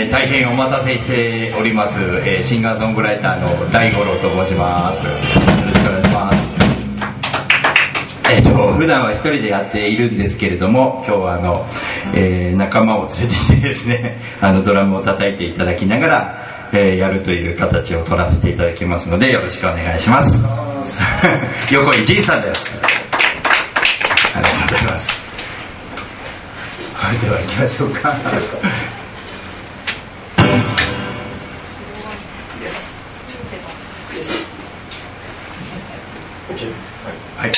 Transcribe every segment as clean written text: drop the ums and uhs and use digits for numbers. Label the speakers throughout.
Speaker 1: 大変お待たせしております、シンガーソングライターの大五郎と申します。よろしくお願いします。普段は一人でやっているんですけれども、今日は仲間を連れてきてですね、ドラムを叩いていただきながら、やるという形を取らせていただきますので、よろしくお願いします。横井仁さんです。ありがとうございます。はい、では行きましょうか。はい。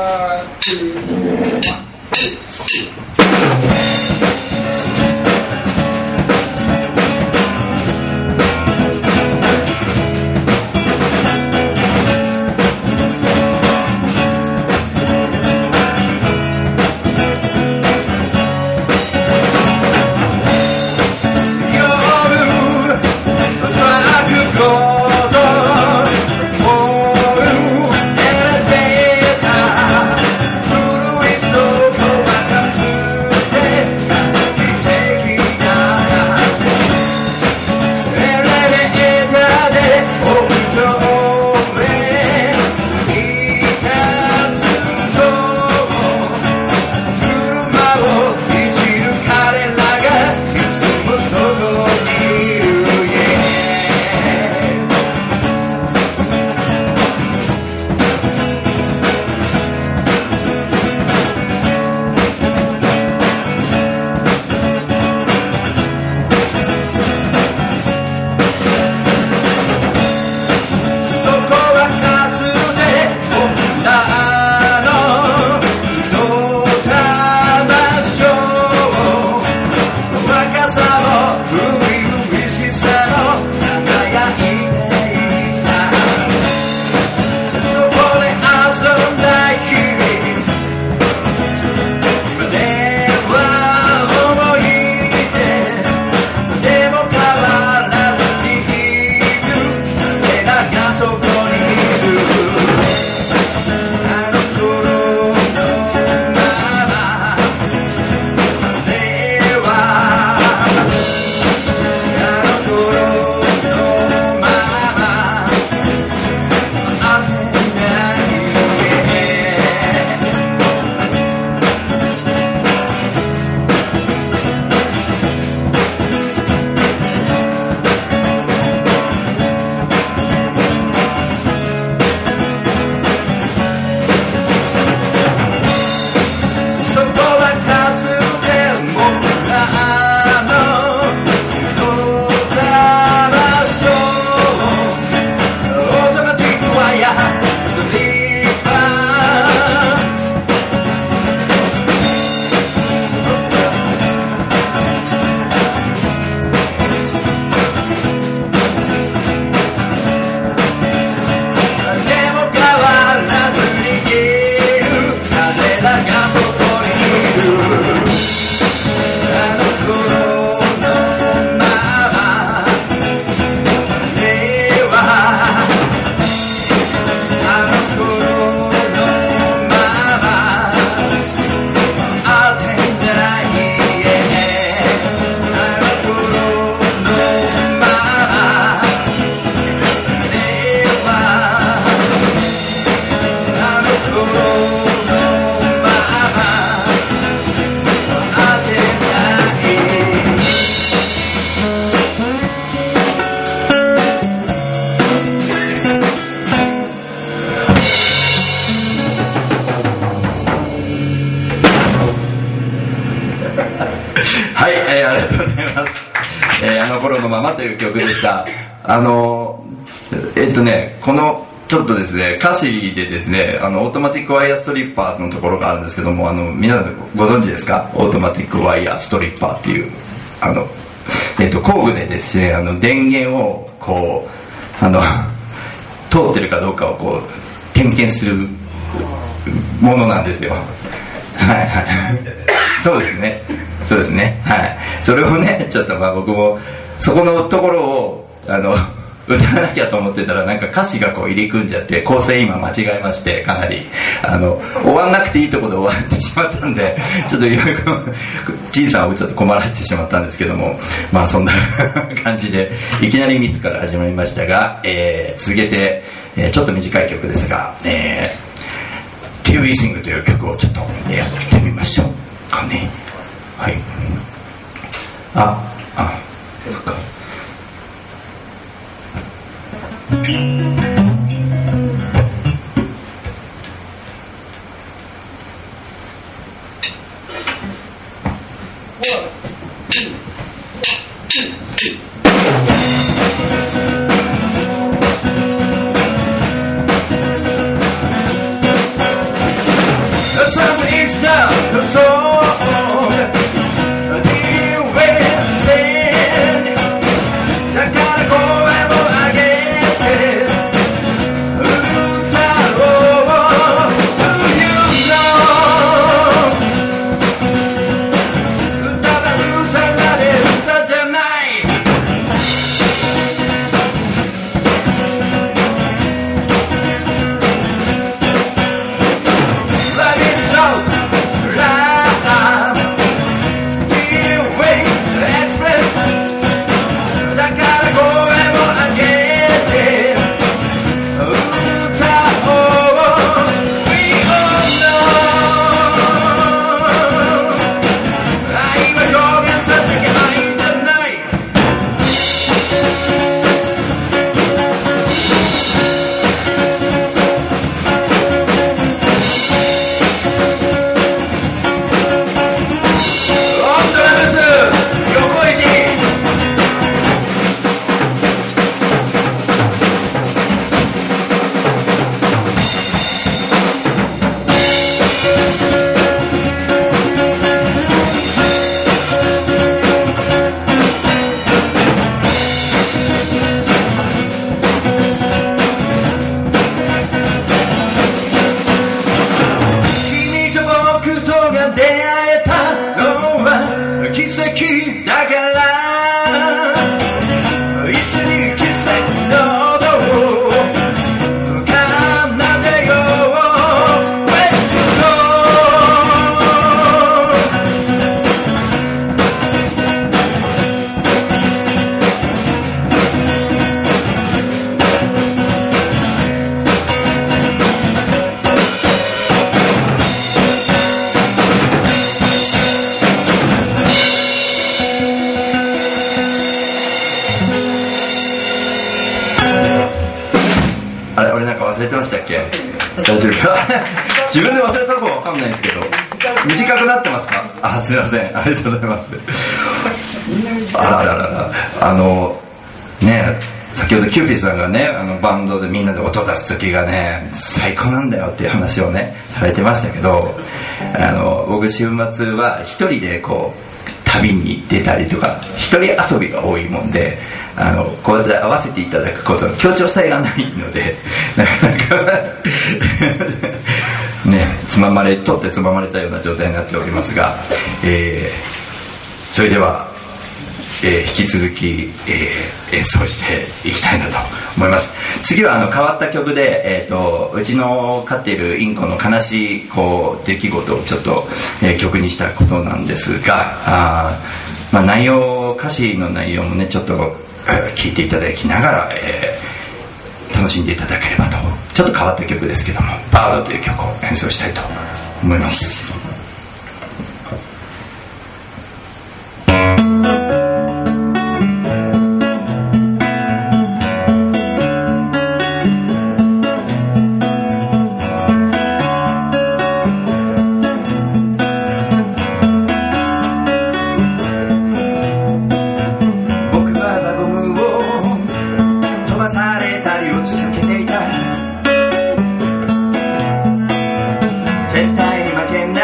Speaker 1: はい、ありがとうございます。あの頃のままという曲でした。このちょっとですね、歌詞でですね、オートマティックワイヤーストリッパーのところがあるんですけども、皆さんご存知ですか？オートマティックワイヤーストリッパーっていう、工具でですね、電源をこう、通ってるかどうかをこう、点検するものなんですよ。はいはい。そうですね。そうですね。はい。それをね、ちょっと僕も、そこのところを、 歌わなきゃと思ってたらなんか歌詞がこう入り組んじゃって構成今間違えましてかなり終わんなくていいところで終わってしまったんでちょっといろいろジンさんをちょっと困らせてしまったんですけども、まあそんな感じでいきなりミスから始まりましたが、続けて、ちょっと短い曲ですが、TV Sing という曲をちょっとやってみましょうかね。はい。そっか。忘れてましたっけ？大丈夫か？自分で忘れたかわかんないんですけど、短くなってますか？すいません、ありがとうございます。ね、先ほどキューピーさんがね、バンドでみんなで音出す時がね、最高なんだよっていう話をね、されてましたけど、僕週末は一人でこう、旅に出たりとか一人遊びが多いもんでこうやって合わせていただくことの協調性がないのでなかなかね取ってつままれたような状態になっておりますが、それでは、引き続き、演奏していきたいなと思います。次は変わった曲で、うちの飼っているインコの悲しい出来事をちょっと、曲にしたことなんですが、歌詞の内容もねちょっと聞いていただきながら、楽しんでいただければと。ちょっと変わった曲ですけども、バードという曲を演奏したいと思います。絶対に負けない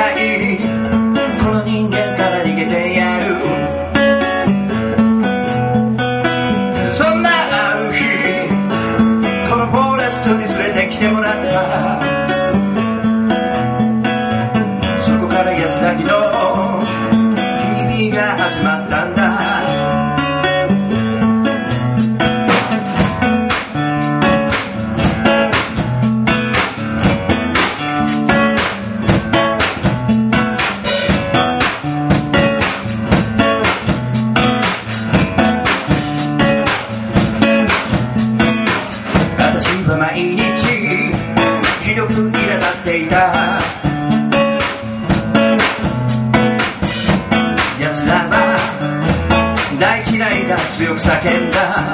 Speaker 1: 大嫌いだ強く叫んだ。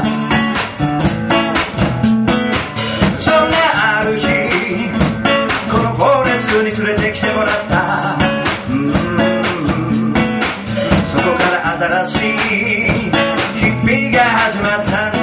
Speaker 1: そんなある日このフォレストに連れてきてもらった。そこから新しい日々が始まったんだ。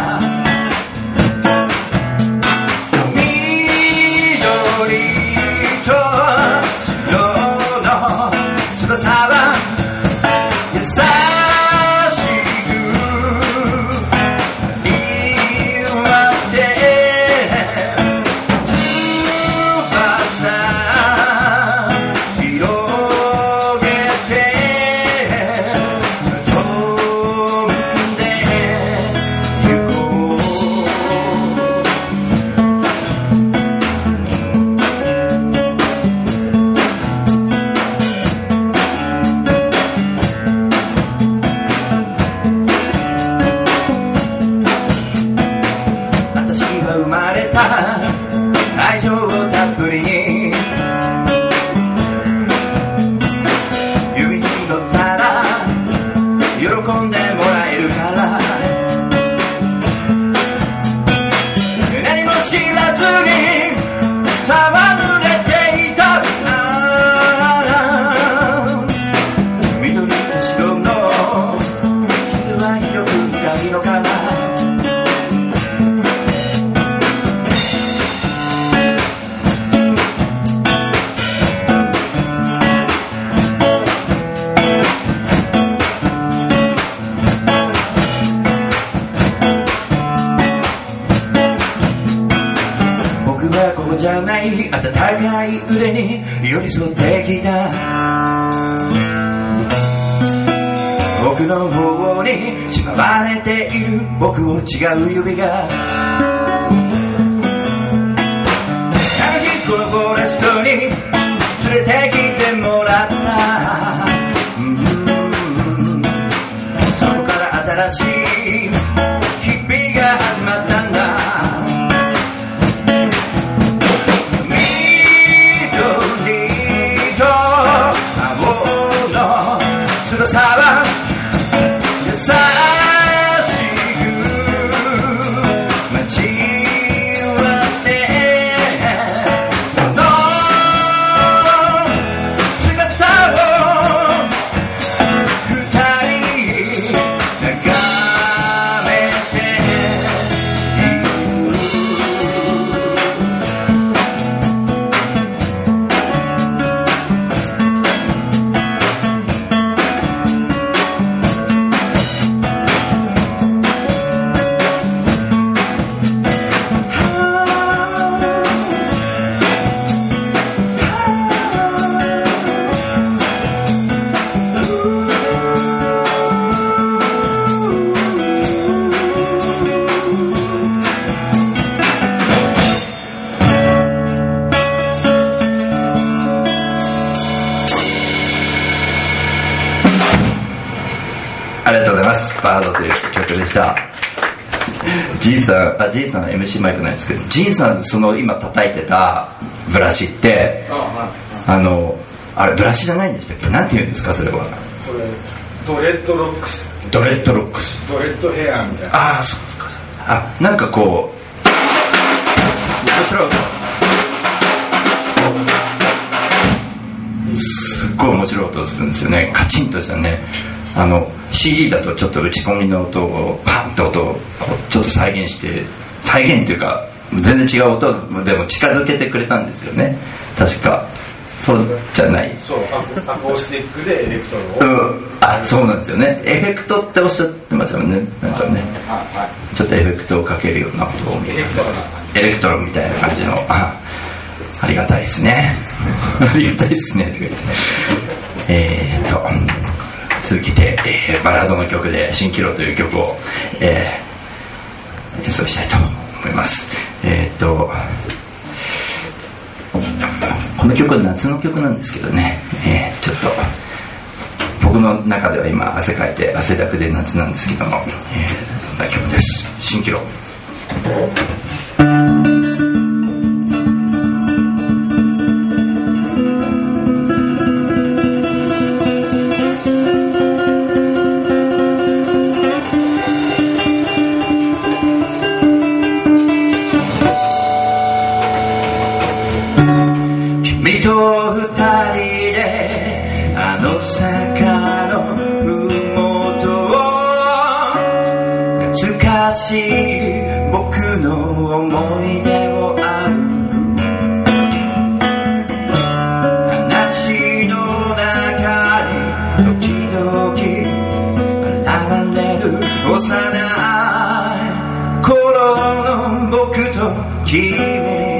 Speaker 1: じゃない温かい腕に寄り添ってきた。僕の方にしまわれている僕を違う指が。あの日このフォレストに連れてきてもらった。そこから新しい日々が始まったんだ。翼は優しく待ちわっての姿を二人眺めている。ありがとうございます。バードという曲でした。ジンさん MC マイクないですけど、ジンさんその今叩いてたブラシってあれブラシじゃないんでしたっけ？なんて言うんですかそれは？
Speaker 2: これドレッドロックス。
Speaker 1: ドレッドロックス。
Speaker 2: ドレッドヘアみたいな。
Speaker 1: ああそうか。あ、なんかこうすっごい面白い音するんですよね。カチンとしたね。CD だとちょっと打ち込みの音をパンと音をちょっと再現っていうか全然違う音でも近づけてくれたんですよね。確かそうじゃない。
Speaker 2: そう、アコースティックでエレクトロを、
Speaker 1: あ、そうなんですよね。エフェクトっておっしゃってましたよね。なんかね、ちょっとエフェクトをかけるようなことをエレクトロみたいな感じのありがたいですね。ありがたいですねとか言って続けて、バラードの曲で蜃気楼という曲を、演奏したいと思います。この曲は夏の曲なんですけどね、ちょっと僕の中では今汗かいて汗だくで夏なんですけども、そんな曲です。蜃気楼。 しい僕の思い出を歩く話の中に時々現れる幼い頃の僕と君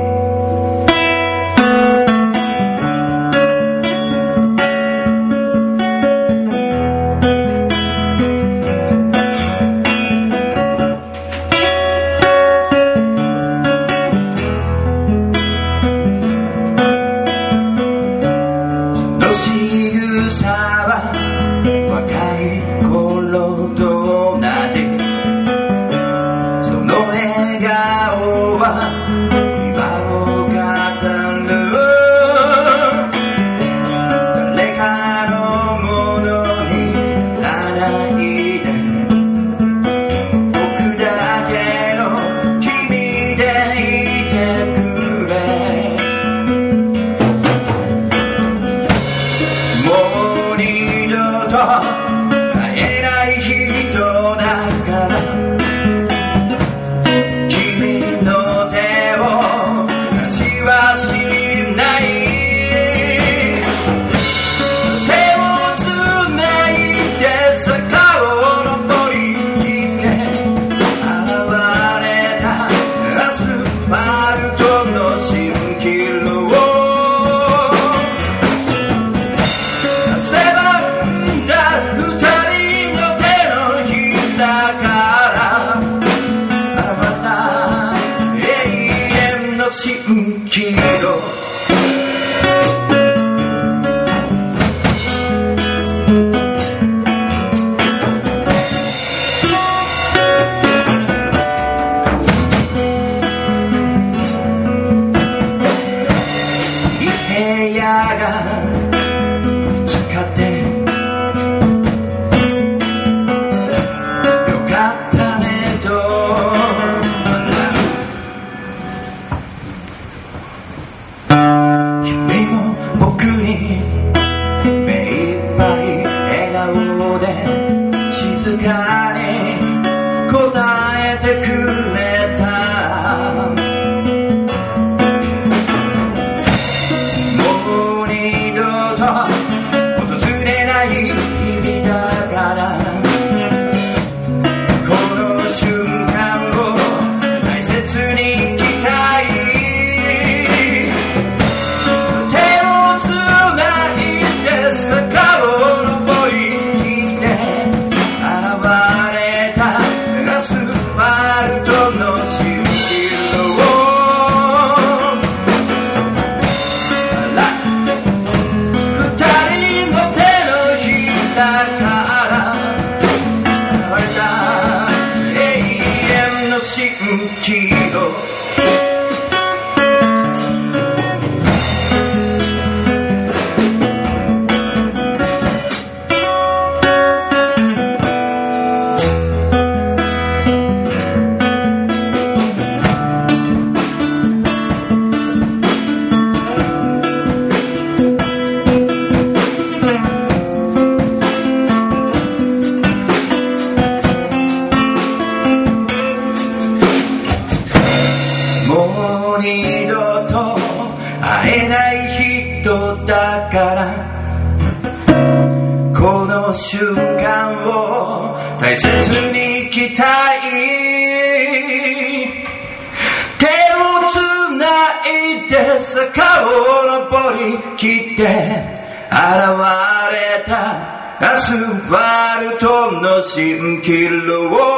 Speaker 3: 蜃気楼を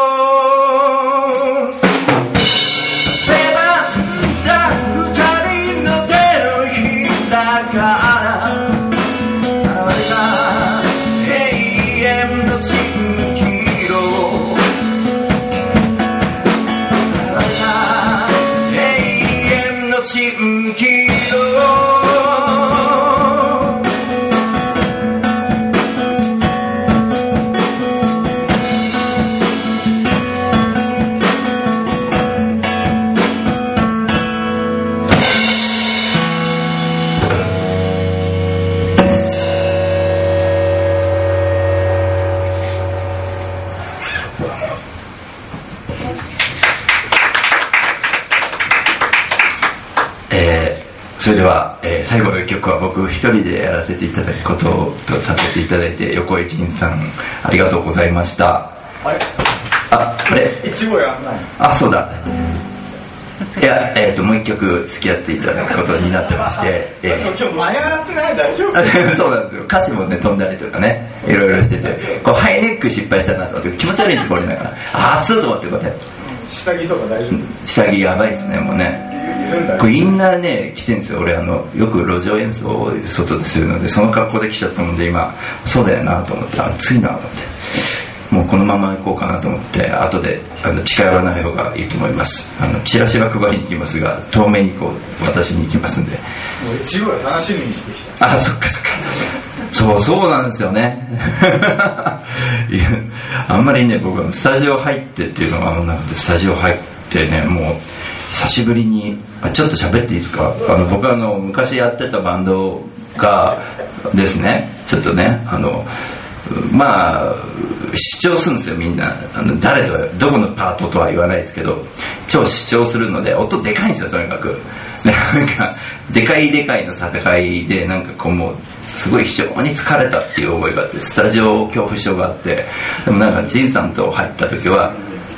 Speaker 3: 狭んだ二人の手のひらから現れた永遠の蜃気楼現れた永遠の蜃気楼
Speaker 1: それでは、最後の一曲は僕一人でやらせていただくこととさせていただいて、横井仁さんありがとうございました。
Speaker 2: あれ
Speaker 1: あれ
Speaker 2: 一応やんない。
Speaker 1: あ、そうだ。いや、もう一曲付き合っていただくことになってまして、
Speaker 2: 今日前上がってない？大丈夫？
Speaker 1: そうなんですよ。歌詞もね、飛んだりとかね、いろいろしてて、こうハイネック失敗したなと思って、気持ち悪いんです、これだから。熱いと思ってこうやって。
Speaker 2: 下着とか大丈夫？
Speaker 1: 下着やばいですね、もうね。これインナーね、着てるんですよ。俺よく路上演奏を外でするので、その格好で来ちゃったので、今、そうだよなと思って、暑いなと思って。もうこのまま行こうかなと思って、後で近寄らない方がいいと思います。チラシは配りに行きますが、遠目にこう渡しに行きますんで。
Speaker 2: もう一部は楽しみにしてきた。
Speaker 1: あ、そっかそっか。そうなんですよね。いや、あんまりね、僕はスタジオ入ってっていうのがなくて、スタジオ入ってね、もう久しぶりに、ちょっと喋っていいですか？僕は昔やってたバンドがですね、ちょっとね、まあ主張するんですよ、みんな。誰とどこのパートとは言わないですけど、超主張するので、音でかいんですよ、とにかく。なんかでかいの戦いで、なんかこうもうすごい非常に疲れたっていう覚えがあって、スタジオ恐怖症があって。でもなんか仁さんと入った時は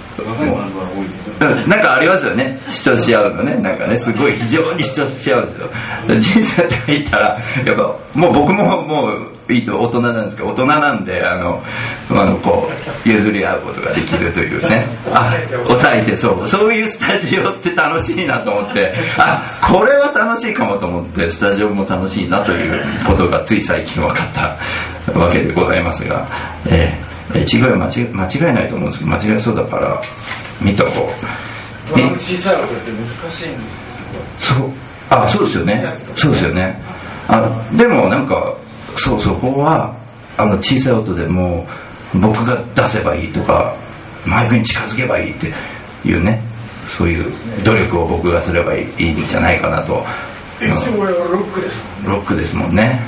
Speaker 1: なんかありますよね、主張し合うのね、なんかね、すごい非常に主張し合うんですよ。仁さんと入ったらやっぱもう僕ももういいと大人なんですけど、大人なんでこう譲り合うことができるというね、抑えて、そういうスタジオって楽しいなと思って、これは楽しいかもと思って、スタジオも楽しいなということがつい最近分かったわけでございますが、違いは間違いないと思うんですけど、間違いそうだから見とこう。
Speaker 2: ドラム小さい音って難しいんですよ。
Speaker 1: そうですよね。そうですよね。でもなんかそこは小さい音でも僕が出せばいいとか、マイクに近づけばいいっていうね、そういう努力を僕がすればいいんじゃないかなと。
Speaker 2: 一応俺はロックですもんね。
Speaker 1: ロックですもんね。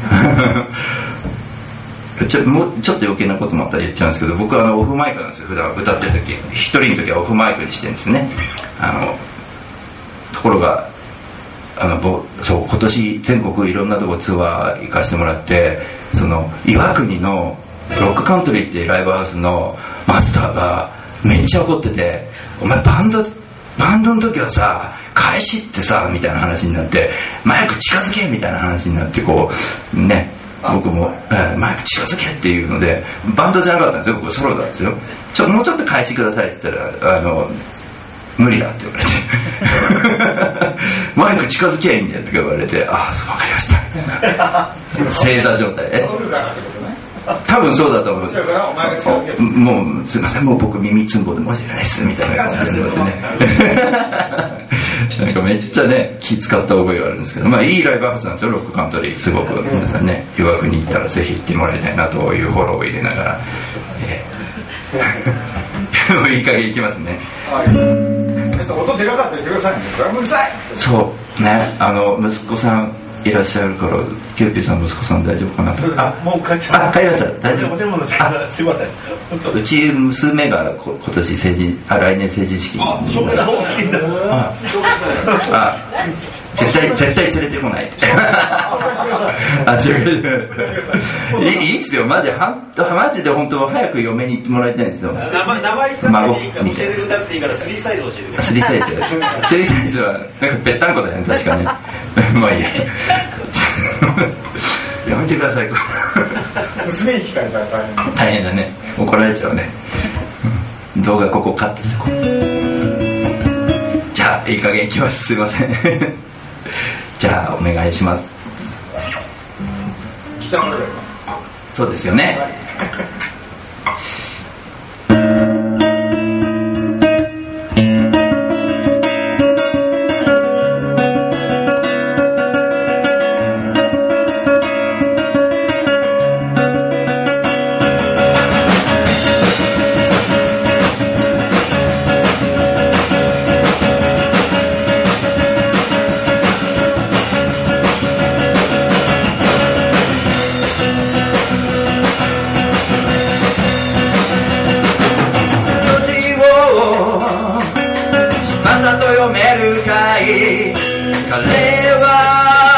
Speaker 1: もうちょっと余計なこともまた言っちゃうんですけど、僕はオフマイクなんですよ。普段歌ってる時、一人の時はオフマイクにしてるんですね。ところが今年全国いろんなとこツアー行かせてもらって、岩国のロックカントリーっていうライブハウスのマスターがめっちゃ怒ってて、お前バンドの時はさ、返しってさみたいな話になって、マイク近づけみたいな話になって、こうね、僕も、マイク近づけっていうので、バンドじゃなかったんですよ、僕ソロなんですよ。もうちょっと返してくださいって言ったら、無理だって言われてマイク近づけばいいんだよって言われて、わかりましたみたいな正座状態。多分そうだと思うんですよ。もうすいません、もう僕耳つんぼで申し訳ないですみたいな感じでねなんかめっちゃね気使った覚えがあるんですけど、いいライブハウスなんですよ、ロックカントリー。すごく皆さんね、岩国に行ったらぜひ行ってもらいたいなというフォローを入れながら、いい加減行きますね。
Speaker 2: 音でかかったら言ってくださいね。ドラムうるさい。
Speaker 1: そうね、息子さんいらっしゃるから、キューピーさん息子さん大丈夫かなと。
Speaker 2: もう帰っちゃう。
Speaker 1: 帰りました。大丈夫。
Speaker 2: すいません。
Speaker 1: うち娘が今年来年成人式に。
Speaker 2: そうだ、大きいんだ。
Speaker 1: 絶対連れてこない。いいっすよ、マジで本当は早く嫁に行ってもらいたいんですよ。
Speaker 4: 名前
Speaker 1: 孫みたいな。
Speaker 4: 教えてくれなくていいから3サイズ教えてくれ。
Speaker 1: 3サイズはなんかぺったんこだよね、確かね。まあいいや。やめてください。
Speaker 2: 娘に聞かれたら
Speaker 1: 大変だね。怒られちゃうね。動画ここカットしてこう。じゃあいい加減いきます。すいません。じゃあお願いします。そうですよね。彼は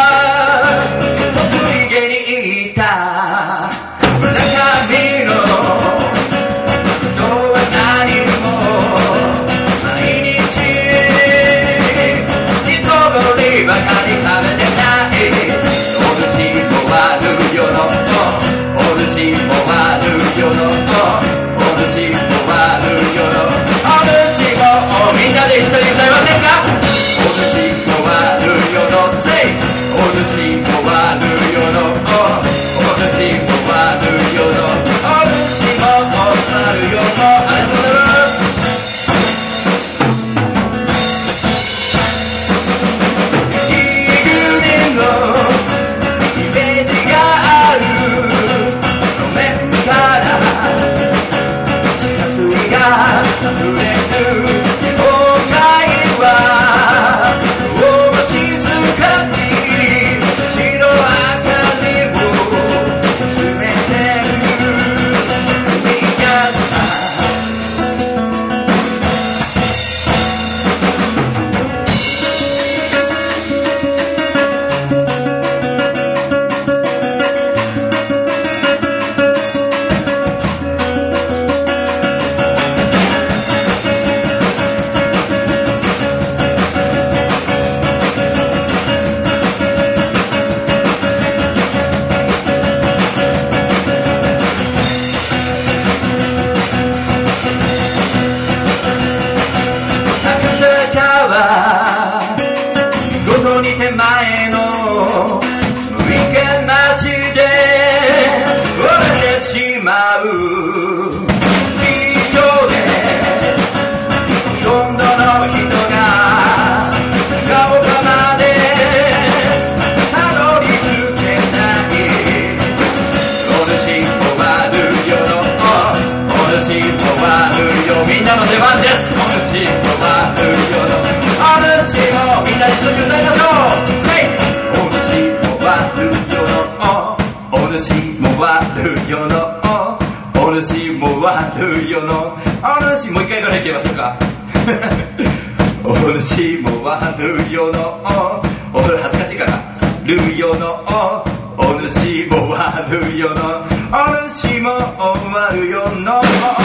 Speaker 1: みんなの出番です。お主も悪よのお主もみんな一緒に歌いましょう。お主も悪よのお主も悪よのお主も悪よのお主、もう一回からいきましょうか。お主も悪よのお恥ずかしいからるよのお主も悪よのお主も悪よの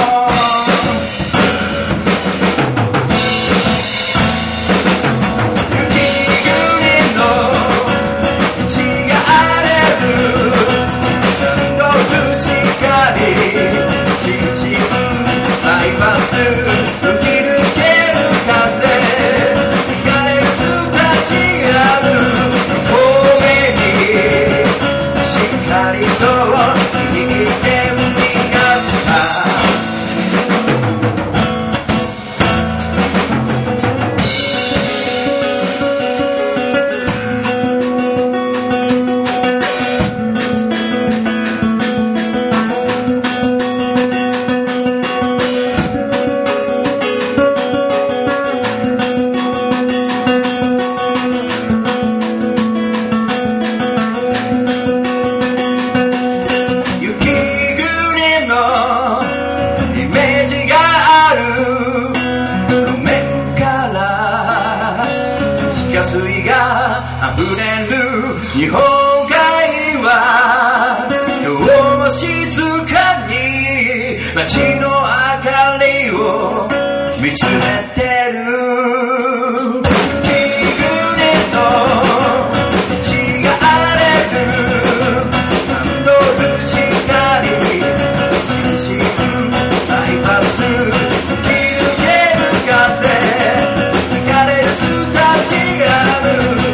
Speaker 1: 日本海は今日も静かに街の明かりを見つめてる。木々と道が荒れる何度口光一日バイパス吹き抜ける風流れるスタジアム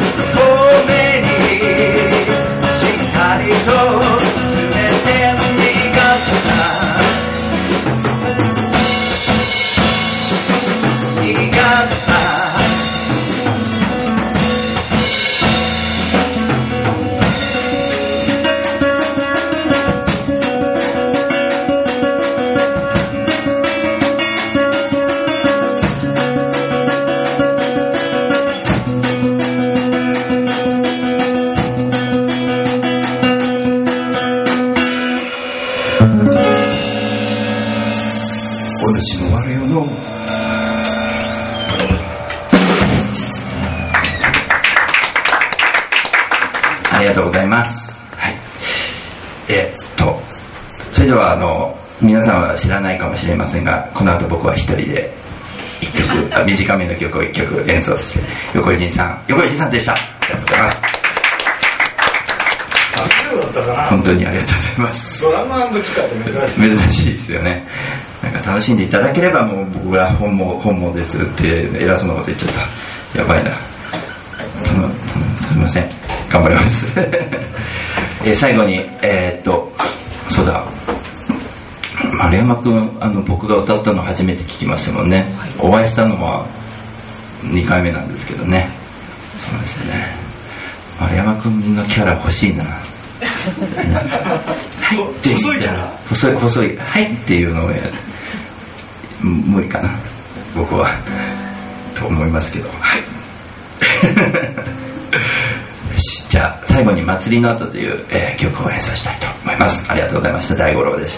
Speaker 1: ありがとうございます。はい。それでは皆さんは知らないかもしれませんが、この後僕は一人で一曲短めの曲を一曲演奏して、横井仁さんでした。ありがとうございます。
Speaker 2: だったかな。
Speaker 1: 本当にありがとうございます。
Speaker 2: ドラム&ギターって
Speaker 1: 珍しいですよね。なんか楽しんでいただければ、もう僕は本望ですって偉そうなこと言っちゃった。やばいな。すみません。頑張ります。最後にそうだ。丸山くん、僕が歌ったの初めて聞きましたもんね。お会いしたのは2回目なんですけどね。そうですね。丸山くんのキャラ欲しいな。はいって言ったら細いはいっていうのを無理かな僕はと思いますけど、はいじゃあ最後に祭りの後という、曲を演奏したいと思います。ありがとうございました。大五郎でした。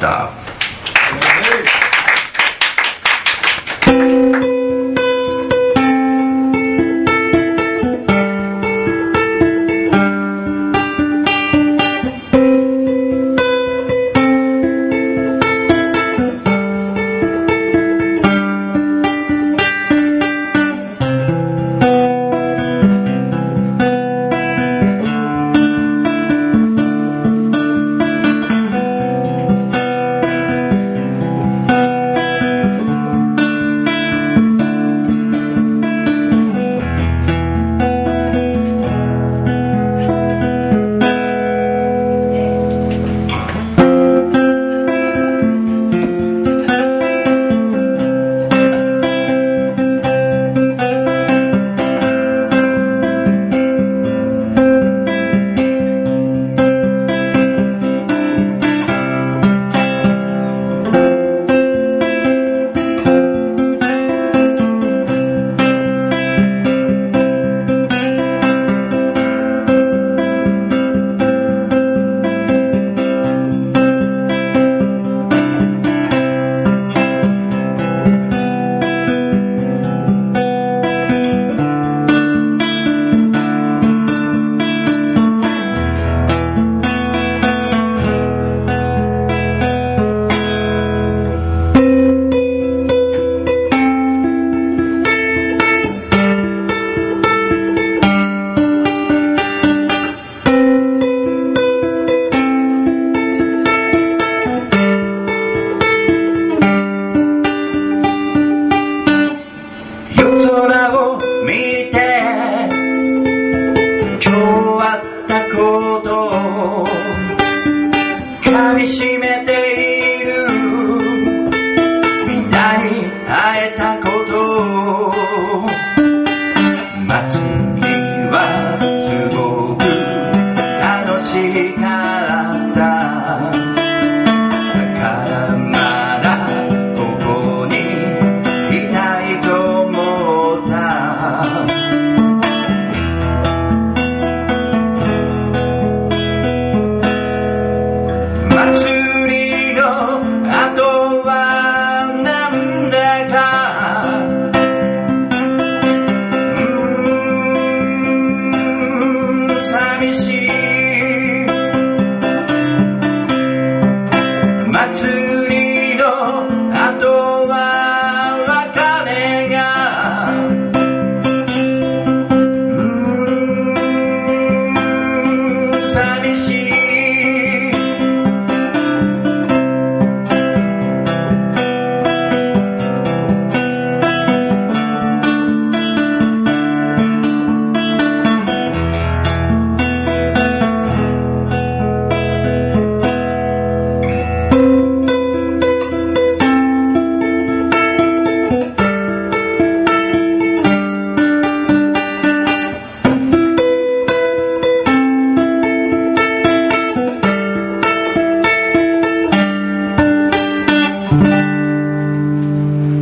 Speaker 3: とは別れが寂しい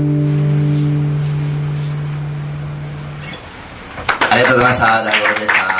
Speaker 1: ありがとうございました。大五郎でした。